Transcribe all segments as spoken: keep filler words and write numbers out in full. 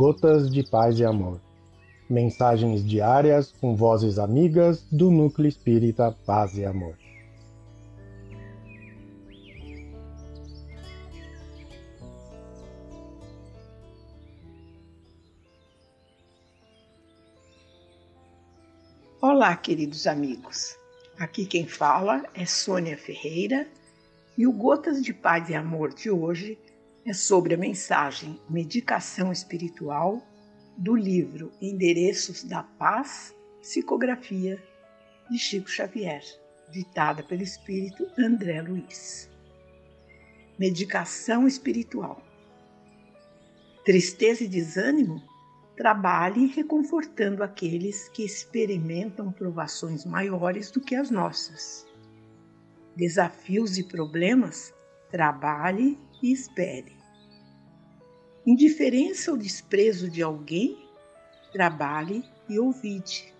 Gotas de Paz e Amor. Mensagens diárias com vozes amigas do Núcleo Espírita Paz e Amor. Olá, queridos amigos. Aqui quem fala é Sônia Ferreira e o Gotas de Paz e Amor de hoje é sobre a mensagem Medicação Espiritual do livro Endereços da Paz, Psicografia de Chico Xavier, ditada pelo Espírito André Luiz. Medicação Espiritual. Tristeza e desânimo? Trabalhe reconfortando aqueles que experimentam provações maiores do que as nossas. Desafios e problemas? Trabalhe e espere. Indiferença ou desprezo de alguém? Trabalhe e ouvide.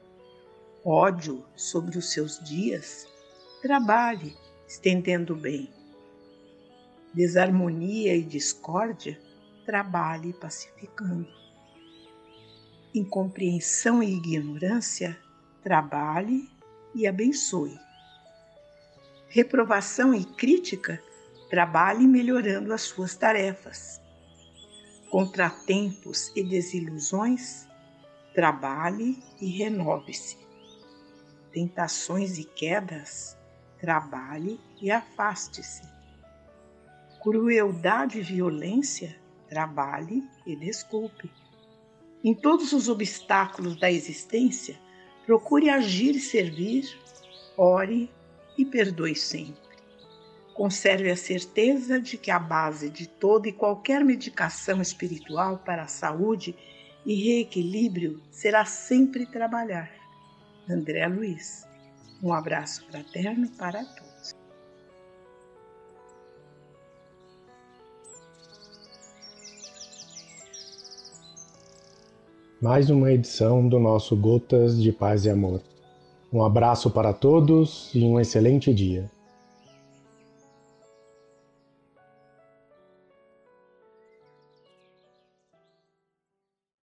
Ódio sobre os seus dias? Trabalhe, estendendo o bem. Desarmonia e discórdia? Trabalhe pacificando. Incompreensão e ignorância? Trabalhe e abençoe. Reprovação e crítica? Trabalhe melhorando as suas tarefas. Contratempos e desilusões? Trabalhe e renove-se. Tentações e quedas? Trabalhe e afaste-se. Crueldade e violência? Trabalhe e desculpe. Em todos os obstáculos da existência, procure agir e servir, ore e perdoe sempre. Conserve a certeza de que a base de toda e qualquer medicação espiritual para a saúde e reequilíbrio será sempre trabalhar. André Luiz. Um abraço fraterno para todos. Mais uma edição do nosso Gotas de Paz e Amor. Um abraço para todos e um excelente dia.